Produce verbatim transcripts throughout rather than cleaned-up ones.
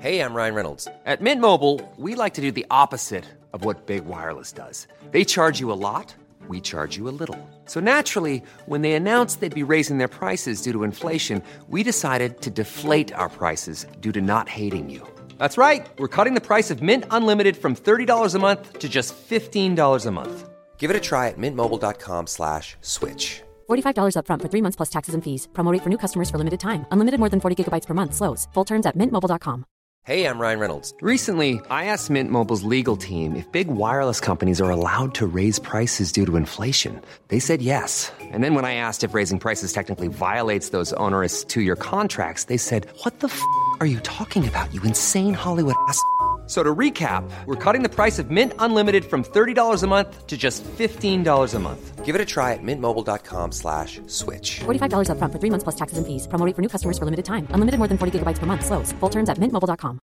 Hey, I'm Ryan Reynolds. At Mint Mobile, we like to do the opposite of what Big Wireless does. They charge you a lot, we charge you a little. So naturally, when they announced they'd be raising their prices due to inflation, we decided to deflate our prices due to not hating you. That's right. We're cutting the price of Mint Unlimited from thirty dollars a month to just fifteen dollars a month. Give it a try at mintmobile.com slash switch. forty-five dollars up front for three months plus taxes and fees. Promo rate for new customers for limited time. Unlimited more than forty gigabytes per month. Slows full terms at mint mobile dot com. Hey, I'm Ryan Reynolds. Recently, I asked Mint Mobile's legal team if big wireless companies are allowed to raise prices due to inflation. They said yes. And then when I asked if raising prices technically violates those onerous two-year contracts, they said, what the f*** are you talking about, you insane Hollywood ass? So to recap, we're cutting the price of Mint Unlimited from thirty dollars a month to just fifteen dollars a month. Give it a try at mintmobile.com slash switch. forty-five dollars up front for three months plus taxes and fees. Promo rate for new customers for limited time. Unlimited more than forty gigabytes per month. Slows full terms at mint mobile dot com.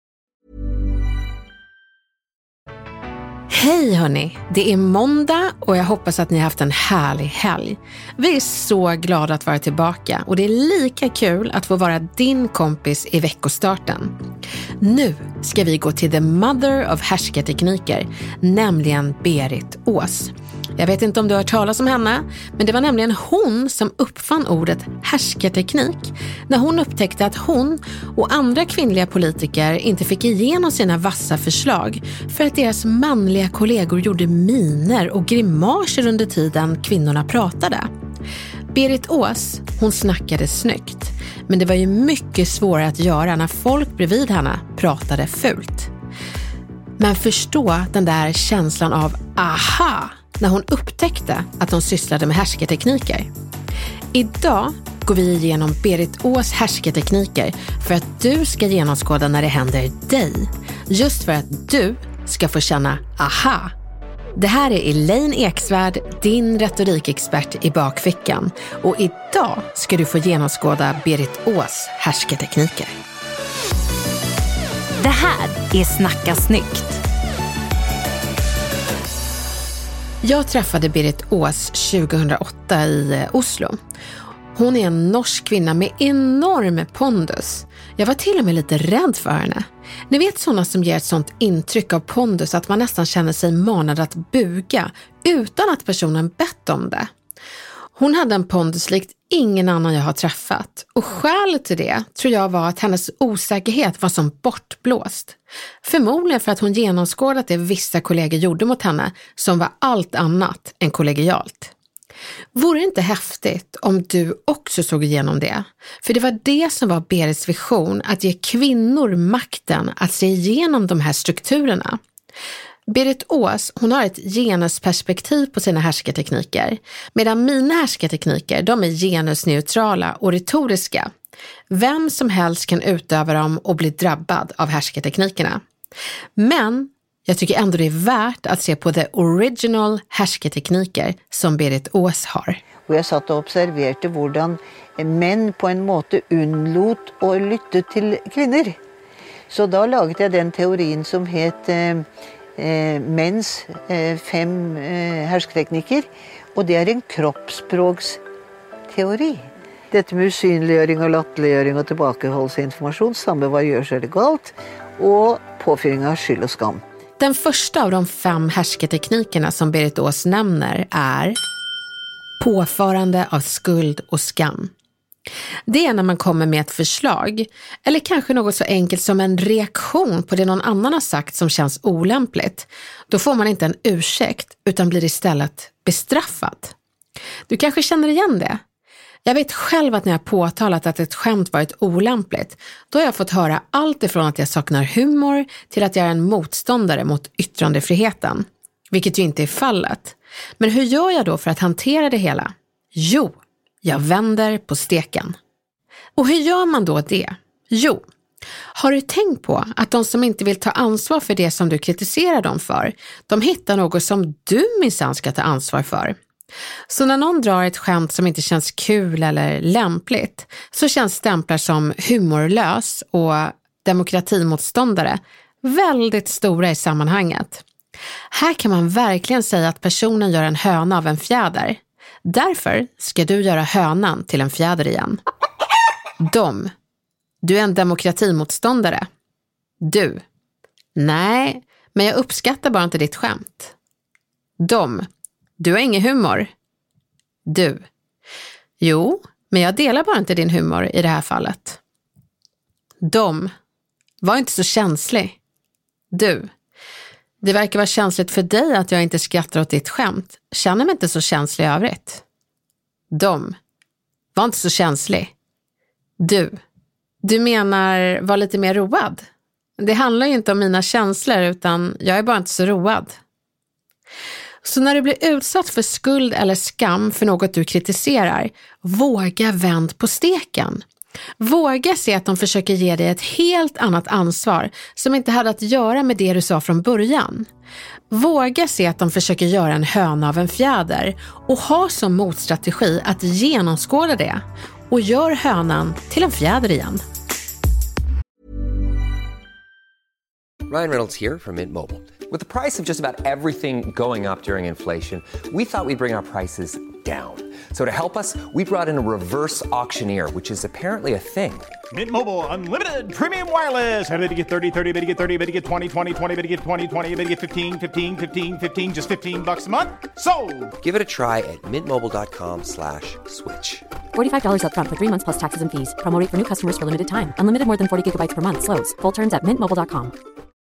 Hej hörni, det är måndag och jag hoppas att ni har haft en härlig helg. Vi är så glada att vara tillbaka och det är lika kul att få vara din kompis i veckostarten. Nu ska vi gå till the mother of härskartekniker, nämligen Berit Ås. Jag vet inte om du har hört talas om henne, men det var nämligen hon som uppfann ordet härskarteknik när hon upptäckte att hon och andra kvinnliga politiker inte fick igenom sina vassa förslag för att deras manliga kollegor gjorde miner och grimaser under tiden kvinnorna pratade. Berit Ås, hon snackade snyggt, men det var ju mycket svårare att göra när folk bredvid henne pratade fult. Men förstå den där känslan av aha när hon upptäckte att de sysslade med härskartekniker. Idag går vi igenom Berit Ås härskartekniker för att du ska genomskåda när det händer dig. Just för att du ska få känna aha. Det här är Elaine Eksvärd, din retorikexpert i bakfickan. Och idag ska du få genomskåda Berit Ås härskartekniker. Det här är Snacka snyggt. Jag träffade Berit Ås tjugohundraåtta i Oslo. Hon är en norsk kvinna med enorm pondus. Jag var till och med lite rädd för henne. Ni vet sådana som ger ett sånt intryck av pondus att man nästan känner sig manad att buga utan att personen bett om det. Hon hade en pondus likt ingen annan jag har träffat. Och skälet till det tror jag var att hennes osäkerhet var som bortblåst. Förmodligen för att hon genomskådat det vissa kollegor gjorde mot henne som var allt annat än kollegialt. Vore det inte häftigt om du också såg igenom det? För det var det som var Berits vision, att ge kvinnor makten att se igenom de här strukturerna. Berit Ås, hon har ett genusperspektiv på sina härskartekniker, medan mina härskartekniker, de är genusneutrala och retoriska. Vem som helst kan utöva dem och bli drabbad av härskarteknikerna. Men jag tycker ändå det är värt att se på the original härskartekniker som Berit Ås har. Och jag satt och observerade hvordan män på en måte unnlot och lytte till kvinnor. Så då lagade jag den teorin som heter eh, mäns eh, fem eh, härskartekniker. Och det är en kroppsspråksteori. Detta med usynliggöring och latterliggjøring och tillbakahållsinformation, samme vad gör så är det galt, och påfyring av skyld och skam. Den första av de fem härskarteknikerna som Berit Ås nämner är påförande av skuld och skam. Det är när man kommer med ett förslag, eller kanske något så enkelt som en reaktion på det någon annan har sagt som känns olämpligt. Då får man inte en ursäkt utan blir istället bestraffad. Du kanske känner igen det? Jag vet själv att när jag påtalat att ett skämt varit olämpligt, då har jag fått höra allt ifrån att jag saknar humor till att jag är en motståndare mot yttrandefriheten. Vilket ju inte är fallet. Men hur gör jag då för att hantera det hela? Jo, jag vänder på steken. Och hur gör man då det? Jo, har du tänkt på att de som inte vill ta ansvar för det som du kritiserar dem för, de hittar något som du minsann ska ta ansvar för? Så när någon drar ett skämt som inte känns kul eller lämpligt, så känns stämplar som humorlös och demokratimotståndare väldigt stora i sammanhanget. Här kan man verkligen säga att personen gör en höna av en fjäder. Därför ska du göra hönan till en fjäder igen. De. Du är en demokratimotståndare. Du. Nej, men jag uppskattar bara inte ditt skämt. De. Du har ingen humor. Du. Jo, men jag delar bara inte din humor i det här fallet. De. Var inte så känslig. Du. Det verkar vara känsligt för dig att jag inte skrattar åt ditt skämt. Känner mig inte så känslig i övrigt. De. Var inte så känslig. Du. Du menar var lite mer road. Det handlar ju inte om mina känslor utan jag är bara inte så road. Så när du blir utsatt för skuld eller skam för något du kritiserar, våga vänd på steken. Våga se att de försöker ge dig ett helt annat ansvar som inte hade att göra med det du sa från början. Våga se att de försöker göra en höna av en fjäder och ha som motstrategi att genomskåda det och gör hönan till en fjäder igen. Ryan Reynolds here from Mint Mobile. With the price of just about everything going up during inflation, we thought we'd bring our prices down. So to help us, we brought in a reverse auctioneer, which is apparently a thing. Mint Mobile Unlimited Premium Wireless. How to get thirty, thirty, how to get thirty, how to get twenty, twenty, twenty, how to get twenty, twenty, how to get fifteen, fifteen, fifteen, fifteen, just fifteen bucks a month? Sold! Give it a try at mintmobile.com slash switch. forty-five dollars up front for three months plus taxes and fees. Promo rate for new customers for limited time. Unlimited more than forty gigabytes per month. Slows full terms at mint mobile dot com.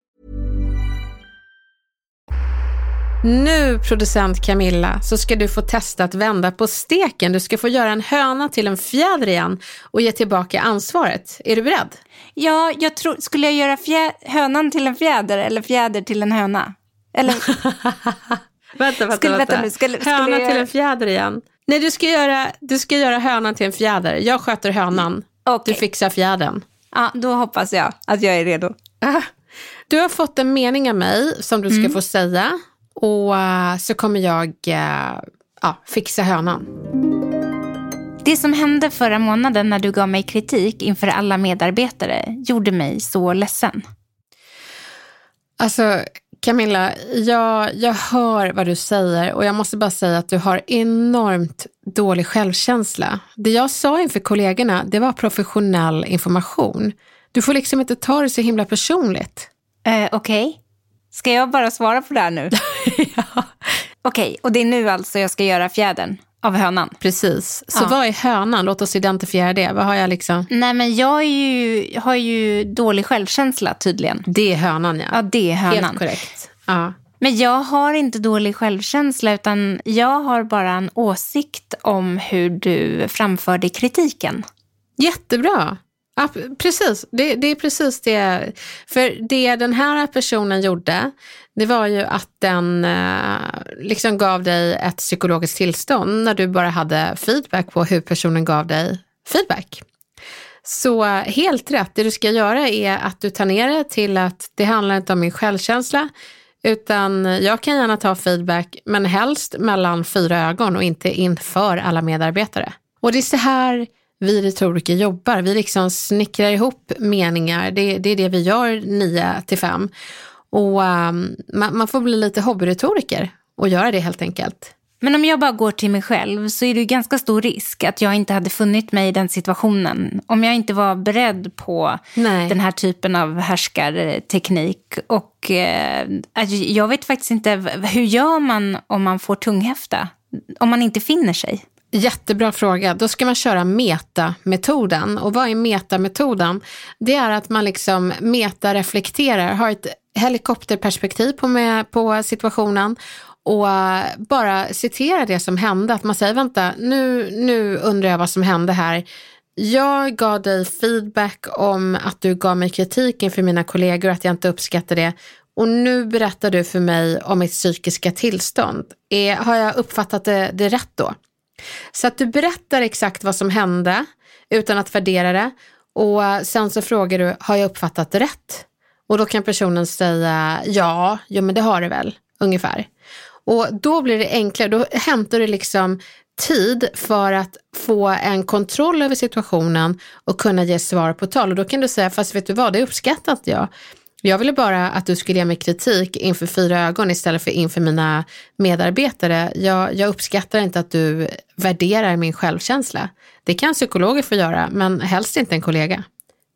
Nu, producent Camilla, så ska du få testa att vända på steken. Du ska få göra en höna till en fjäder igen och ge tillbaka ansvaret. Är du beredd? Ja, jag tror, skulle jag göra fjä- hönan till en fjäder eller fjäder till en höna? Eller... vänta, vänta, skulle, vänta. Nu, skulle, skulle höna jag... till en fjäder igen. Nej, du ska göra, du ska göra hönan till en fjäder. Jag sköter hönan. Okay. Du fixar fjädern. Ja, då hoppas jag att jag är redo. Du har fått en mening av mig som du ska mm. få säga. Och uh, så kommer jag uh, uh, fixa hönan. Det som hände förra månaden när du gav mig kritik inför alla medarbetare gjorde mig så ledsen. Alltså Camilla, jag, jag hör vad du säger och jag måste bara säga att du har enormt dålig självkänsla. Det jag sa inför kollegorna, det var professionell information. Du får liksom inte ta det så himla personligt. Uh, Okej. Okay. Ska jag bara svara på det här nu? Ja. Okej, okay, och det är nu alltså jag ska göra fjädern av hönan. Precis. Så ja. Vad är hönan? Låt oss identifiera det. Vad har jag liksom? Nej, men jag är ju, har ju dålig självkänsla tydligen. Det är hönan, ja. Ja, det är hönan. Helt korrekt. Ja. Men jag har inte dålig självkänsla utan jag har bara en åsikt om hur du framförde kritiken. Jättebra. Ja, precis. Det, det är precis det. För det den här personen gjorde, det var ju att den eh, liksom gav dig ett psykologiskt tillstånd när du bara hade feedback på hur personen gav dig feedback. Så helt rätt. Det du ska göra är att du tar ner det till att det handlar inte om min självkänsla utan jag kan gärna ta feedback men helst mellan fyra ögon och inte inför alla medarbetare. Och det är så här vi retoriker jobbar. Vi liksom snickrar ihop meningar. Det, det är det vi gör nio till fem. Och um, man, man får bli lite hobbyretoriker och göra det helt enkelt. Men om jag bara går till mig själv så är det ju ganska stor risk att jag inte hade funnit mig i den situationen. Om jag inte var beredd på Nej. den här typen av härskarteknik. Och eh, jag vet faktiskt inte, hur gör man om man får tunghäfta? Om man inte finner sig? Jättebra fråga. Då ska man köra metametoden. Och vad är metametoden? Det är att man liksom metareflekterar, har ett helikopterperspektiv på, med, på situationen och bara citerar det som hände. Att man säger, vänta, nu, nu undrar jag vad som hände här. Jag gav dig feedback om att du gav mig kritik inför mina kollegor, att jag inte uppskattar det. Och nu berättar du för mig om mitt psykiska tillstånd. Är, har jag uppfattat det, det rätt då? Så att du berättar exakt vad som hände utan att värdera det. Och sen så frågar du, har jag uppfattat det rätt? Och då kan personen säga, ja, ja men det har du väl, ungefär. Och då blir det enklare, då hämtar du liksom tid för att få en kontroll över situationen och kunna ge svar på tal. Och då kan du säga, fast vet du vad, det uppskattat jag. Jag ville bara att du skulle ge mig kritik inför fyra ögon istället för inför mina medarbetare. Jag, jag uppskattar inte att du värderar min självkänsla. Det kan psykologer få göra, men helst inte en kollega.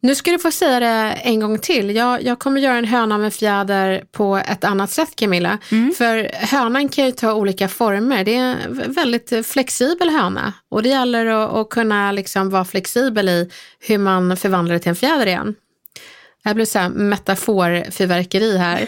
Nu ska du få säga det en gång till. Jag, jag kommer göra en höna med fjäder på ett annat sätt, Camilla. Mm. För hönan kan ju ta olika former. Det är en väldigt flexibel höna. Och det gäller att, att kunna liksom vara flexibel i hur man förvandlar det till en fjäder igen. Det blir så här metaforfyrverkeri här.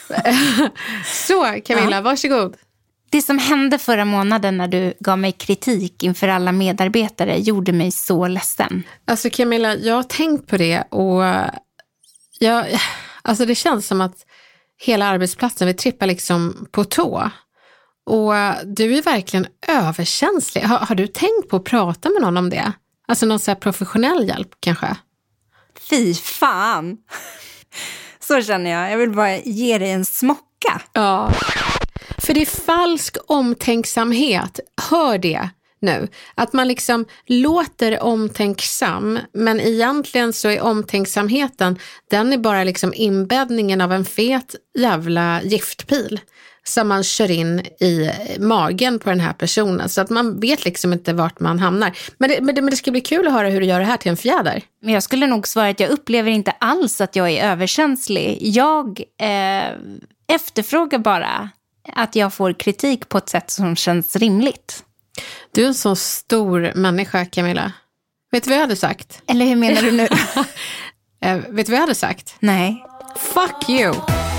Så Camilla, ja. Varsågod. Det som hände förra månaden när du gav mig kritik inför alla medarbetare gjorde mig så ledsen. Alltså Camilla, jag har tänkt på det och jag, alltså det känns som att hela arbetsplatsen, vi trippar liksom på tå. Och du är verkligen överkänslig. Har, har du tänkt på att prata med någon om det? Alltså någon så här professionell hjälp kanske? Fy fan! Så känner jag. Jag vill bara ge dig en smocka. Ja. För det är falsk omtänksamhet. Hör det nu. Att man liksom låter omtänksam, men egentligen så är omtänksamheten, den är bara liksom inbäddningen av en fet jävla giftpil som man kör in i magen på den här personen. Så att man vet liksom inte vart man hamnar. Men det, men det, men det ska bli kul att höra hur du gör det här till en fjäder. Men jag skulle nog svara att jag upplever inte alls att jag är överkänslig. Jag eh, efterfrågar bara att jag får kritik på ett sätt som känns rimligt. Du är en så stor människa, Camilla. Vet du vad jag hade sagt? Eller hur menar du nu? äh, vet du vad jag hade sagt? Nej. Fuck you!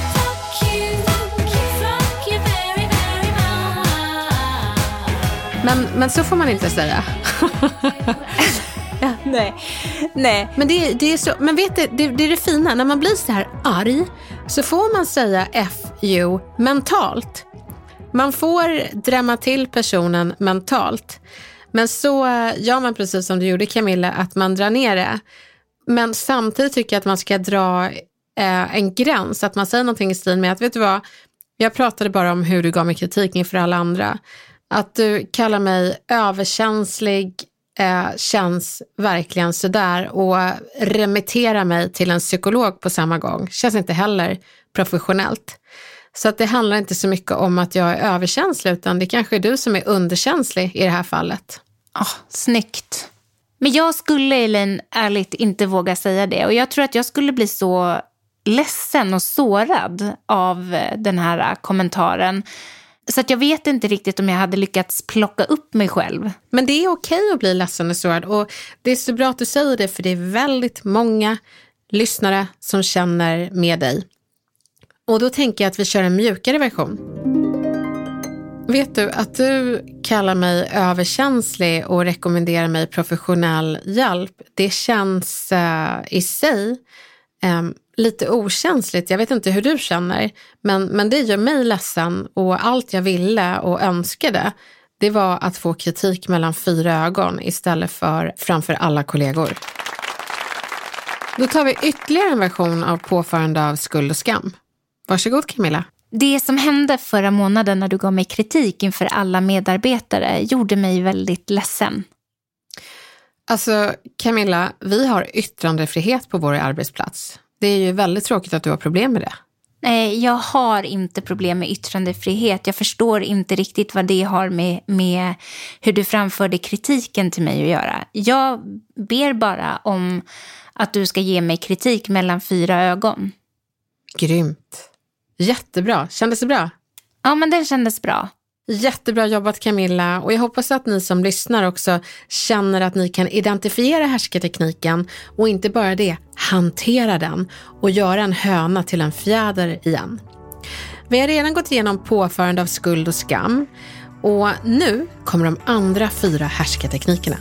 Men, men så får man inte säga. Ja, nej. Nej. Men, det, det är så, men vet du, det, det är det fina. När man blir så här arg så får man säga F U mentalt. Man får drämma till personen mentalt. Men så gör man precis som du gjorde, Camilla, att man drar ner det. Men samtidigt tycker jag att man ska dra eh, en gräns. Att man säger någonting i stil med att, vet du vad, jag pratade bara om hur du gav mig kritik inför alla andra. Att du kallar mig överkänslig eh, känns verkligen sådär, och remittera mig till en psykolog på samma gång känns inte heller professionellt. Så att det handlar inte så mycket om att jag är överkänslig, utan det kanske är du som är underkänslig i det här fallet. Oh, snyggt. Men jag skulle, Elaine, ärligt inte våga säga det. Och jag tror att jag skulle bli så ledsen och sårad av den här kommentaren. Så att jag vet inte riktigt om jag hade lyckats plocka upp mig själv. Men det är okej att bli ledsen och sårad. Och det är så bra att du säger det, för det är väldigt många lyssnare som känner med dig. Och då tänker jag att vi kör en mjukare version. Vet du att du kallar mig överkänslig och rekommenderar mig professionell hjälp? Det känns uh, i sig um, lite okänsligt. Jag vet inte hur du känner, men, men det gör mig ledsen, och allt jag ville och önskade, det var att få kritik mellan fyra ögon istället för framför alla kollegor. Då tar vi ytterligare en version av påförande av skuld och skam. Varsågod, Camilla. Det som hände förra månaden när du gav mig kritik inför alla medarbetare gjorde mig väldigt ledsen. Alltså, Camilla, vi har yttrandefrihet på vår arbetsplats. Det är ju väldigt tråkigt att du har problem med det. Nej, jag har inte problem med yttrandefrihet. Jag förstår inte riktigt vad det har med, med hur du framförde kritiken till mig att göra. Jag ber bara om att du ska ge mig kritik mellan fyra ögon. Grymt. Jättebra. Kändes det bra? Ja, men den kändes bra. Jättebra jobbat, Camilla, och jag hoppas att ni som lyssnar också känner att ni kan identifiera härskartekniken, och inte bara det, hantera den och göra en höna till en fjäder igen. Vi har redan gått igenom påförande av skuld och skam, och nu kommer de andra fyra härskarteknikerna.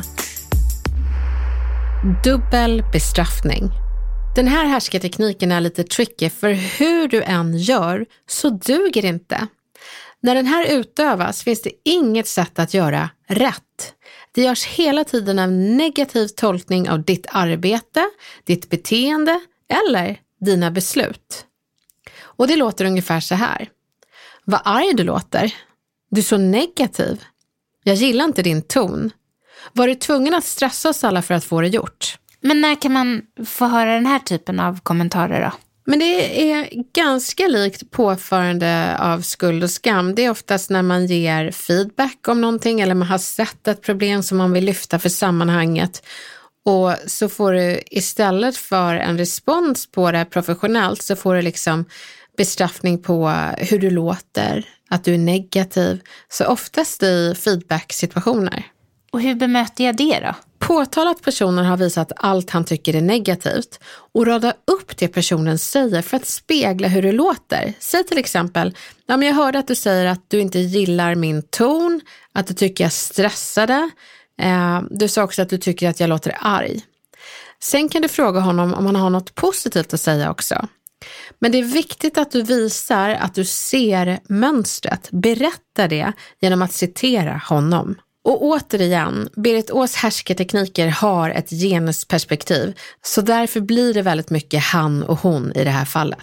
Dubbel bestraffning. Den här härskartekniken är lite tricky, för hur du än gör så duger det inte. När den här utövas finns det inget sätt att göra rätt. Det görs hela tiden en negativ tolkning av ditt arbete, ditt beteende eller dina beslut. Och det låter ungefär så här. Vad arg du låter. Du är så negativ. Jag gillar inte din ton. Var du tvungen att stressa oss alla för att få det gjort? Men när kan man få höra den här typen av kommentarer då? Men det är ganska likt påförande av skuld och skam. Det är oftast när man ger feedback om någonting, eller man har sett ett problem som man vill lyfta för sammanhanget. Och så får du istället för en respons på det professionellt så får du liksom bestraffning på hur du låter, att du är negativ. Så oftast i feedback-situationer. Och hur bemöter jag det då? Påtala att personen har visat allt han tycker är negativt och rada upp det personen säger för att spegla hur det låter. Säg till exempel, ja, men jag hörde att du säger att du inte gillar min ton, att du tycker jag stressade. Eh, du sa också att du tycker att jag låter arg. Sen kan du fråga honom om han har något positivt att säga också. Men det är viktigt att du visar att du ser mönstret. Berätta det genom att citera honom. Och återigen, Berit Ås härskartekniker har ett genusperspektiv, så därför blir det väldigt mycket han och hon i det här fallet.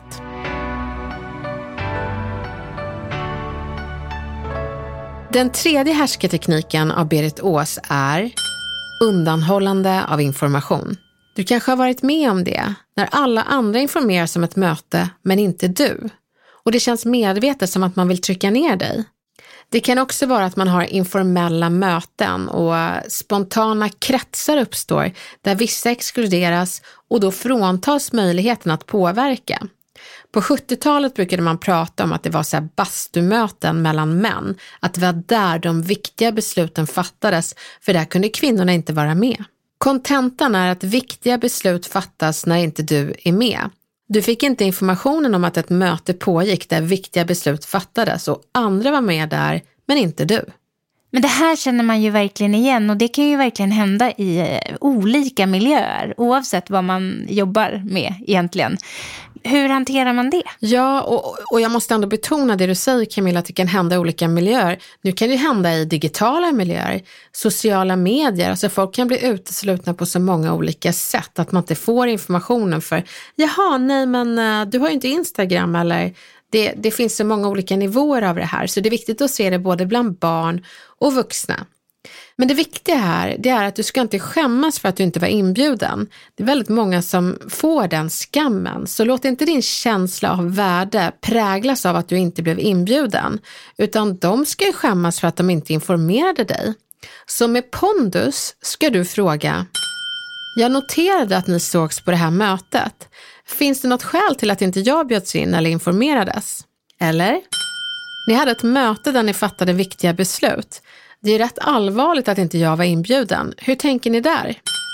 Den tredje härskartekniken av Berit Ås är undanhållande av information. Du kanske har varit med om det, när alla andra informeras om ett möte men inte du. Och det känns medvetet som att man vill trycka ner dig. Det kan också vara att man har informella möten och spontana kretsar uppstår där vissa exkluderas och då fråntas möjligheten att påverka. På sjuttiotalet brukade man prata om att det var så här bastumöten mellan män, att det var där de viktiga besluten fattades, för där kunde kvinnorna inte vara med. Kontentan är att viktiga beslut fattas när inte du är med. Du fick inte informationen om att ett möte pågick där viktiga beslut fattades och andra var med där, men inte du. Men det här känner man ju verkligen igen, och det kan ju verkligen hända i olika miljöer, oavsett vad man jobbar med egentligen. Hur hanterar man det? Ja, och, och jag måste ändå betona det du säger, Camilla, att det kan hända i olika miljöer. Nu kan det hända i digitala miljöer, sociala medier. Alltså folk kan bli uteslutna på så många olika sätt att man inte får informationen för jaha, nej men uh, du har ju inte Instagram eller det, det finns så många olika nivåer av det här. Så det är viktigt att se det både bland barn och vuxna. Men det viktiga här, det är att du ska inte skämmas för att du inte var inbjuden. Det är väldigt många som får den skammen. Så låt inte din känsla av värde präglas av att du inte blev inbjuden. Utan de ska ju skämmas för att de inte informerade dig. Så med pondus ska du fråga: jag noterade att ni sågs på det här mötet. Finns det något skäl till att inte jag bjöds in eller informerades? Eller? Ni hade ett möte där ni fattade viktiga beslut. Det är rätt allvarligt att inte jag var inbjuden. Hur tänker ni där?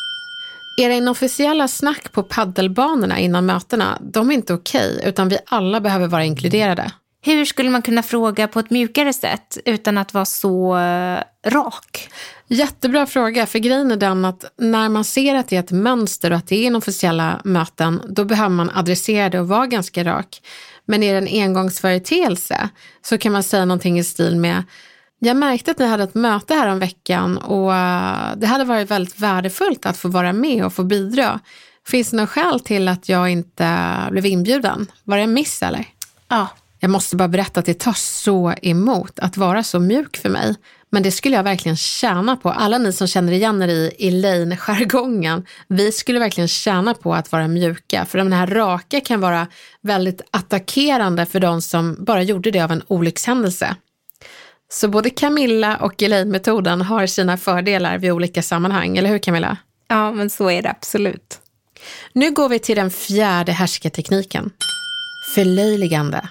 Era inofficiella snack på paddelbanorna innan mötena, de är inte okej, utan vi alla behöver vara inkluderade. Hur skulle man kunna fråga på ett mjukare sätt utan att vara så rak? Jättebra fråga, för grejen är den att när man ser att det är ett mönster och att det är inofficiella möten, då behöver man adressera det och vara ganska rak. Men är det en engångsföreteelse så kan man säga någonting i stil med: jag märkte att ni hade ett möte här om veckan och det hade varit väldigt värdefullt att få vara med och få bidra. Finns det någon skäl till att jag inte blev inbjuden? Var det en miss eller? Ja. Jag måste bara berätta att det tar så emot att vara så mjuk för mig. Men det skulle jag verkligen tjäna på. Alla ni som känner igen er i Elaine-jargongen, vi skulle verkligen tjäna på att vara mjuka. För de här raka kan vara väldigt attackerande för de som bara gjorde det av en olyckshändelse. Så både Camilla och Elaine-metoden har sina fördelar vid olika sammanhang, eller hur Camilla? Ja, men så är det absolut. Nu går vi till den fjärde härskartekniken. Förlöjligande.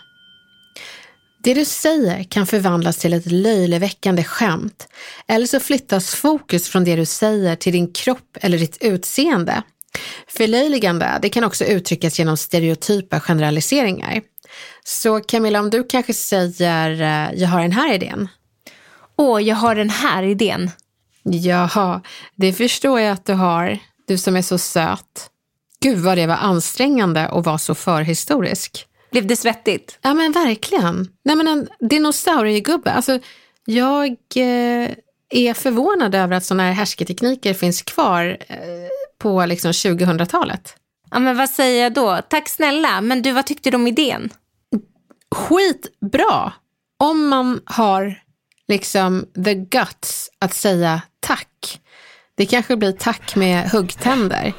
Det du säger kan förvandlas till ett löjleväckande skämt, eller så flyttas fokus från det du säger till din kropp eller ditt utseende. Förlöjligande, det kan också uttryckas genom stereotypa generaliseringar. Så Camilla, om du kanske säger jag har den här idén. Åh, jag har den här idén. Jaha, det förstår jag att du har. Du som är så söt. Gud vad det var ansträngande och var så förhistorisk. Blev det svettigt? Ja men verkligen. Nej men en dinosauriegubbe. Alltså jag eh, är förvånad över att sådana här härskartekniker finns kvar eh, på liksom tjugohundratalet. Ja men vad säger jag då? Tack snälla, men du, vad tyckte du om idén? Skitbra. Om man har liksom the guts att säga tack. Det kanske blir tack med huggtänder.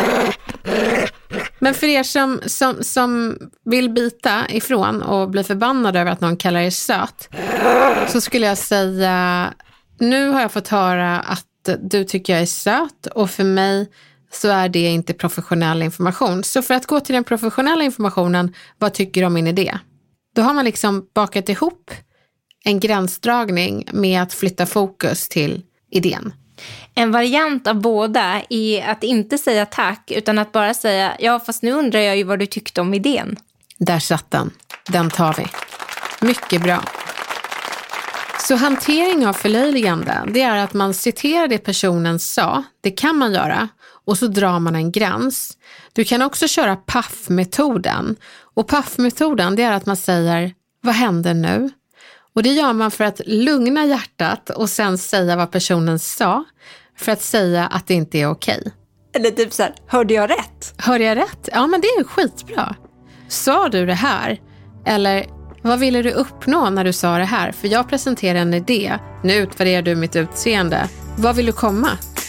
Men för er som, som, som vill bita ifrån och bli förbannad över att någon kallar er söt, så skulle jag säga: nu har jag fått höra att du tycker jag är söt, och för mig så är det inte professionell information. Så för att gå till den professionella informationen, vad tycker du om min idé? Då har man liksom bakat ihop en gränsdragning med att flytta fokus till idén. En variant av båda är att inte säga tack utan att bara säga ja fast nu undrar jag ju vad du tyckte om idén. Där satt den. Den tar vi. Mycket bra. Så hantering av förlöjligande, det är att man citerar det personen sa, det kan man göra, och så drar man en gräns. Du kan också köra P A F-metoden. Och P A F-metoden, det är att man säger, vad händer nu? Och det gör man för att lugna hjärtat och sen säga vad personen sa, för att säga att det inte är okej. Eller typ så här, hörde jag rätt? Hörde jag rätt? Ja, men det är skitbra. Sa du det här? Eller vad ville du uppnå när du sa det här? För jag presenterar en idé. Nu utvärderar du mitt utseende. Vad vill du komma?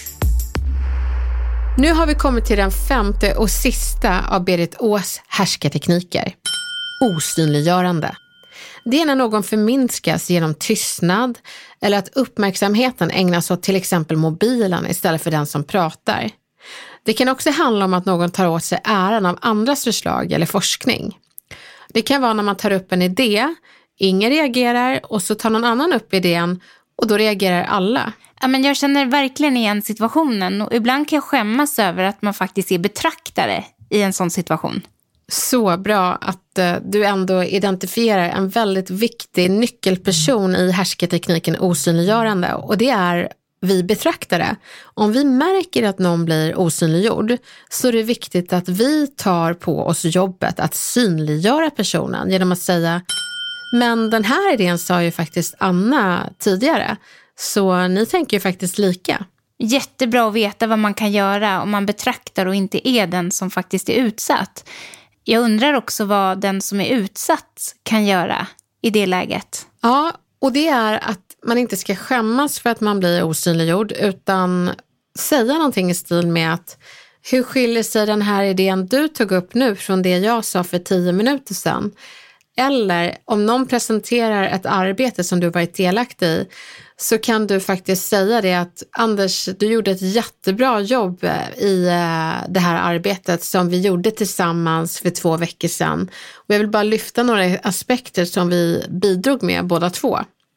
Nu har vi kommit till den femte och sista av Berit Ås härskartekniker. Osynliggörande. Det är när någon förminskas genom tystnad eller att uppmärksamheten ägnas åt till exempel mobilen istället för den som pratar. Det kan också handla om att någon tar åt sig äran av andras förslag eller forskning. Det kan vara när man tar upp en idé, ingen reagerar och så tar någon annan upp idén och då reagerar alla. Ja, men jag känner verkligen igen situationen och ibland kan jag skämmas över att man faktiskt är betraktare i en sån situation. Så bra att uh, du ändå identifierar en väldigt viktig nyckelperson i härskartekniken osynliggörande, och det är vi betraktare. Om vi märker att någon blir osynliggjord så är det viktigt att vi tar på oss jobbet att synliggöra personen genom att säga, men den här idén sa ju faktiskt Anna tidigare, så ni tänker ju faktiskt lika. Jättebra att veta vad man kan göra om man betraktar och inte är den som faktiskt är utsatt. Jag undrar också vad den som är utsatt kan göra i det läget. Ja, och det är att man inte ska skämmas för att man blir osynliggjord, utan säga någonting i stil med att hur skiljer sig den här idén du tog upp nu från det jag sa för tio minuter sedan? Eller om någon presenterar ett arbete som du varit delaktig i, så kan du faktiskt säga det att Anders, du gjorde ett jättebra jobb i det här arbetet som vi gjorde tillsammans för två veckor sedan. Och jag vill bara lyfta några aspekter som vi bidrog med båda två.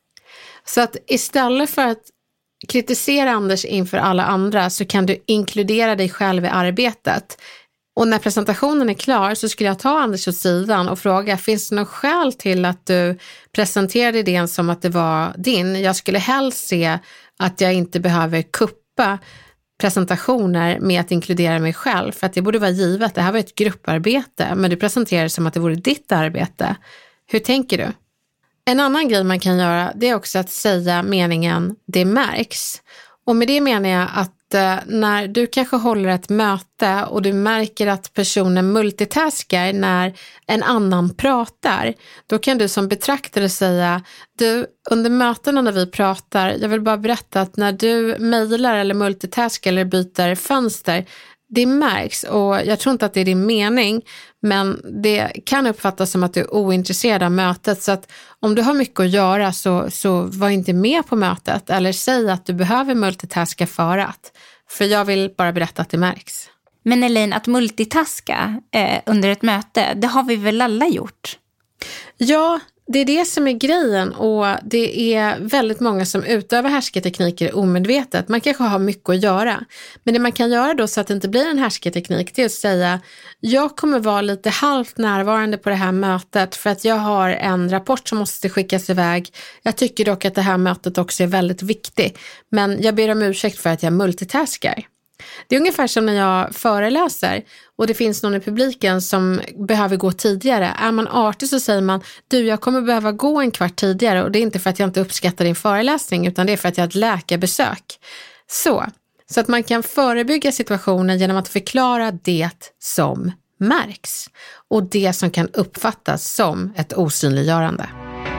Så att istället för att kritisera Anders inför alla andra så kan du inkludera dig själv i arbetet. Och när presentationen är klar så skulle jag ta Anders åt sidan och fråga, finns det någon skäl till att du presenterade idén som att det var din? Jag skulle helst se att jag inte behöver kuppa presentationer med att inkludera mig själv, för att det borde vara givet. Det här var ett grupparbete, men du presenterar som att det vore ditt arbete. Hur tänker du? En annan grej man kan göra, det är också att säga meningen det märks. Och med det menar jag att när du kanske håller ett möte och du märker att personen multitaskar när en annan pratar, då kan du som betraktare säga, du, under mötena när vi pratar, jag vill bara berätta att när du mejlar eller multitaskar eller byter fönster, det märks, och jag tror inte att det är din mening, men det kan uppfattas som att du är ointresserad av mötet, så att om du har mycket att göra så, så var inte med på mötet, eller säg att du behöver multitaska för att, för jag vill bara berätta att det märks. Men Elaine, att multitaska eh, under ett möte, det har vi väl alla gjort? Ja, det är det som är grejen, och det är väldigt många som utövar härskartekniker omedvetet. Man kanske har mycket att göra, men det man kan göra då så att det inte blir en härskarteknik, det är att säga, jag kommer vara lite halvt närvarande på det här mötet för att jag har en rapport som måste skickas iväg. Jag tycker dock att det här mötet också är väldigt viktigt, men jag ber om ursäkt för att jag multitaskar. Det är ungefär som när jag föreläser och det finns någon i publiken som behöver gå tidigare. Är man artig så säger man, du, jag kommer behöva gå en kvart tidigare, och det är inte för att jag inte uppskattar din föreläsning, utan det är för att jag har ett läkarbesök. Så, så att man kan förebygga situationen genom att förklara det som märks och det som kan uppfattas som ett osynliggörande.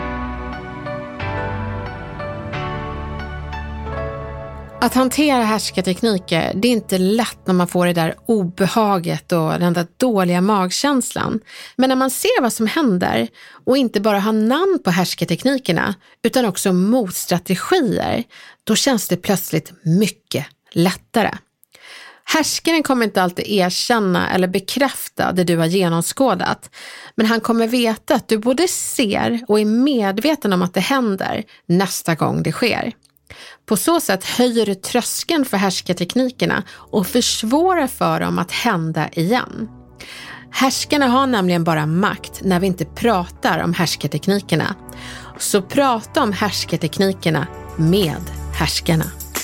Att hantera härskartekniker, det är inte lätt när man får det där obehaget och den där dåliga magkänslan. Men när man ser vad som händer och inte bara har namn på härskarteknikerna utan också motstrategier, då känns det plötsligt mycket lättare. Härskaren kommer inte alltid erkänna eller bekräfta det du har genomskådat, men han kommer veta att du både ser och är medveten om att det händer nästa gång det sker. På så sätt höjer du tröskeln för härskarteknikerna och försvårar för dem att hända igen. Härskarna har nämligen bara makt när vi inte pratar om härskarteknikerna. Så prata om härskarteknikerna med härskarna.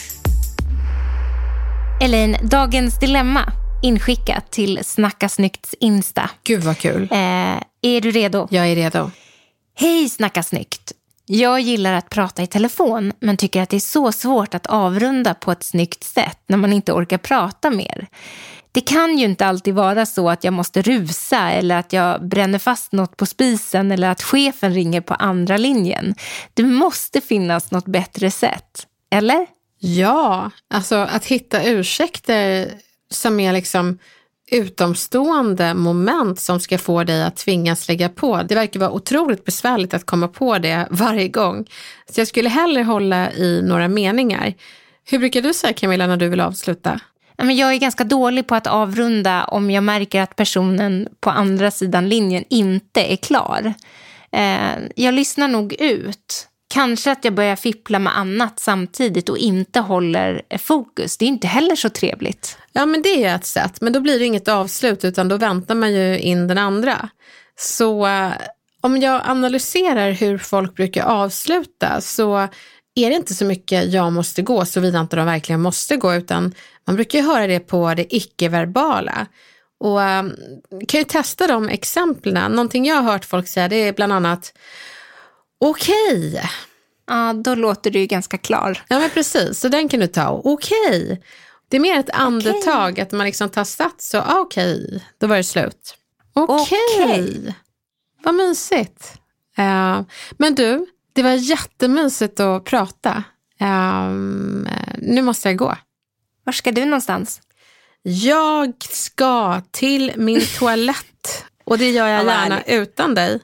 Elaine, dagens dilemma inskickat till Snacka Snyggts Insta. Gud vad kul. Eh, är du redo? Jag är redo. Hej Snacka Snyggt. Jag gillar att prata i telefon men tycker att det är så svårt att avrunda på ett snyggt sätt när man inte orkar prata mer. Det kan ju inte alltid vara så att jag måste rusa eller att jag bränner fast något på spisen eller att chefen ringer på andra linjen. Det måste finnas något bättre sätt, eller? Ja, alltså att hitta ursäkter som är liksom utomstående moment som ska få dig att tvingas lägga på. Det verkar vara otroligt besvärligt att komma på det varje gång. Så jag skulle hellre hålla i några meningar. Hur brukar du säga, Camilla, när du vill avsluta? Jag är ganska dålig på att avrunda om jag märker att personen på andra sidan linjen inte är klar. Jag lyssnar nog ut. Kanske att jag börjar fippla med annat samtidigt och inte håller fokus. Det är inte heller så trevligt. Ja, men det är ett sätt. Men då blir det inget avslut utan då väntar man ju in den andra. Så om jag analyserar hur folk brukar avsluta så är det inte så mycket jag måste gå såvida inte de verkligen måste gå, utan man brukar ju höra det på det icke-verbala. Och um, kan ju testa de exemplen. Någonting jag har hört folk säga, det är bland annat okej. Okay. Ja, då låter du ju ganska klar. Ja, men precis. Så den kan du ta. Okej. Okay. Det är mer ett andetag, okay. Att man liksom tar sats så okej, okay. Då var det slut. Okej. Okay. Okay. Vad mysigt. Uh, men du, det var jättemysigt att prata. Um, nu måste jag gå. Var ska du någonstans? Jag ska till min toalett. Och det gör jag gärna utan dig.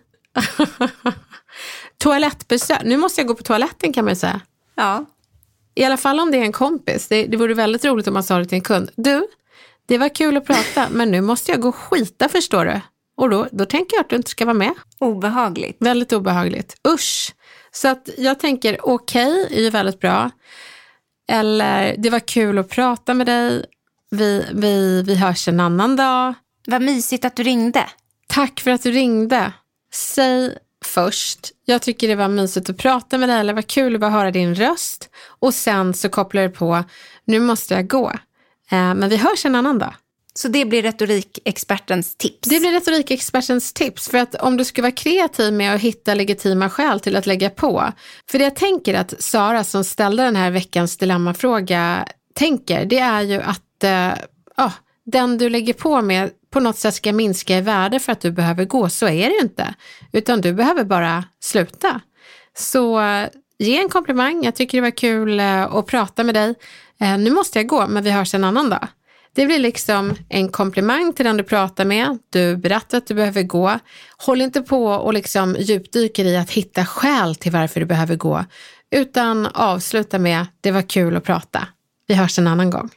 Toalettbesök. Nu måste jag gå på toaletten, kan man säga. Ja. I alla fall om det är en kompis. Det, det vore väldigt roligt om man sa det till en kund. Du, det var kul att prata, men nu måste jag gå och skita, förstår du. Och då, då tänker jag att du inte ska vara med. Obehagligt. Väldigt obehagligt. Usch. Så att jag tänker okej, okay, är ju väldigt bra. Eller det var kul att prata med dig. Vi, vi, vi hörs en annan dag. Vad mysigt att du ringde. Tack för att du ringde. Säg först, jag tycker det var mysigt att prata med dig. Eller var kul att bara höra din röst. Och sen så kopplar du på, nu måste jag gå. Eh, men vi hörs en annan dag. Så det blir retorikexpertens tips? Det blir retorikexpertens tips. För att om du ska vara kreativ med att hitta legitima skäl till att lägga på. För det jag tänker att Sara som ställde den här veckans dilemmafråga tänker, det är ju att eh, oh, den du lägger på med på något sätt ska minska i värde för att du behöver gå. Så är det ju inte. Utan du behöver bara sluta. Så ge en komplimang. Jag tycker det var kul eh, att prata med dig. Eh, nu måste jag gå, men vi hörs en annan dag. Det blir liksom en komplimang till den du pratar med. Du berättar att du behöver gå. Håll inte på och liksom djupdyker i att hitta skäl till varför du behöver gå. Utan avsluta med, det var kul att prata. Vi hörs en annan gång.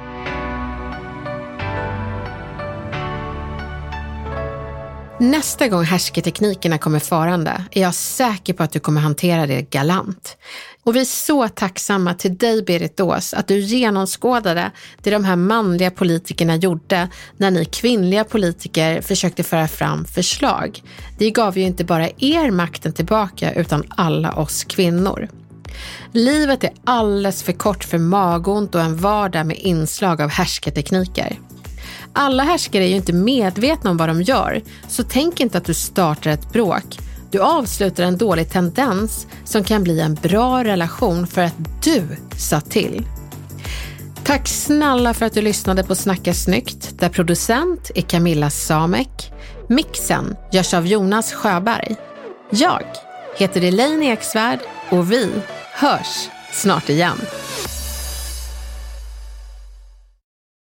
Nästa gång härskarteknikerna kommer farande är jag säker på att du kommer hantera det galant. Och vi är så tacksamma till dig, Berit Ås, att du genomskådade det de här manliga politikerna gjorde när ni kvinnliga politiker försökte föra fram förslag. Det gav ju inte bara er makten tillbaka utan alla oss kvinnor. Livet är alldeles för kort för magont och en vardag med inslag av härskartekniker. Alla härskare är ju inte medvetna om vad de gör, så tänk inte att du startar ett bråk. Du avslutar en dålig tendens som kan bli en bra relation för att du sa till. Tack snälla för att du lyssnade på Snacka Snyggt, där producent är Camilla Samek. Mixen görs av Jonas Sjöberg. Jag heter Elaine Eksvärd och vi hörs snart igen.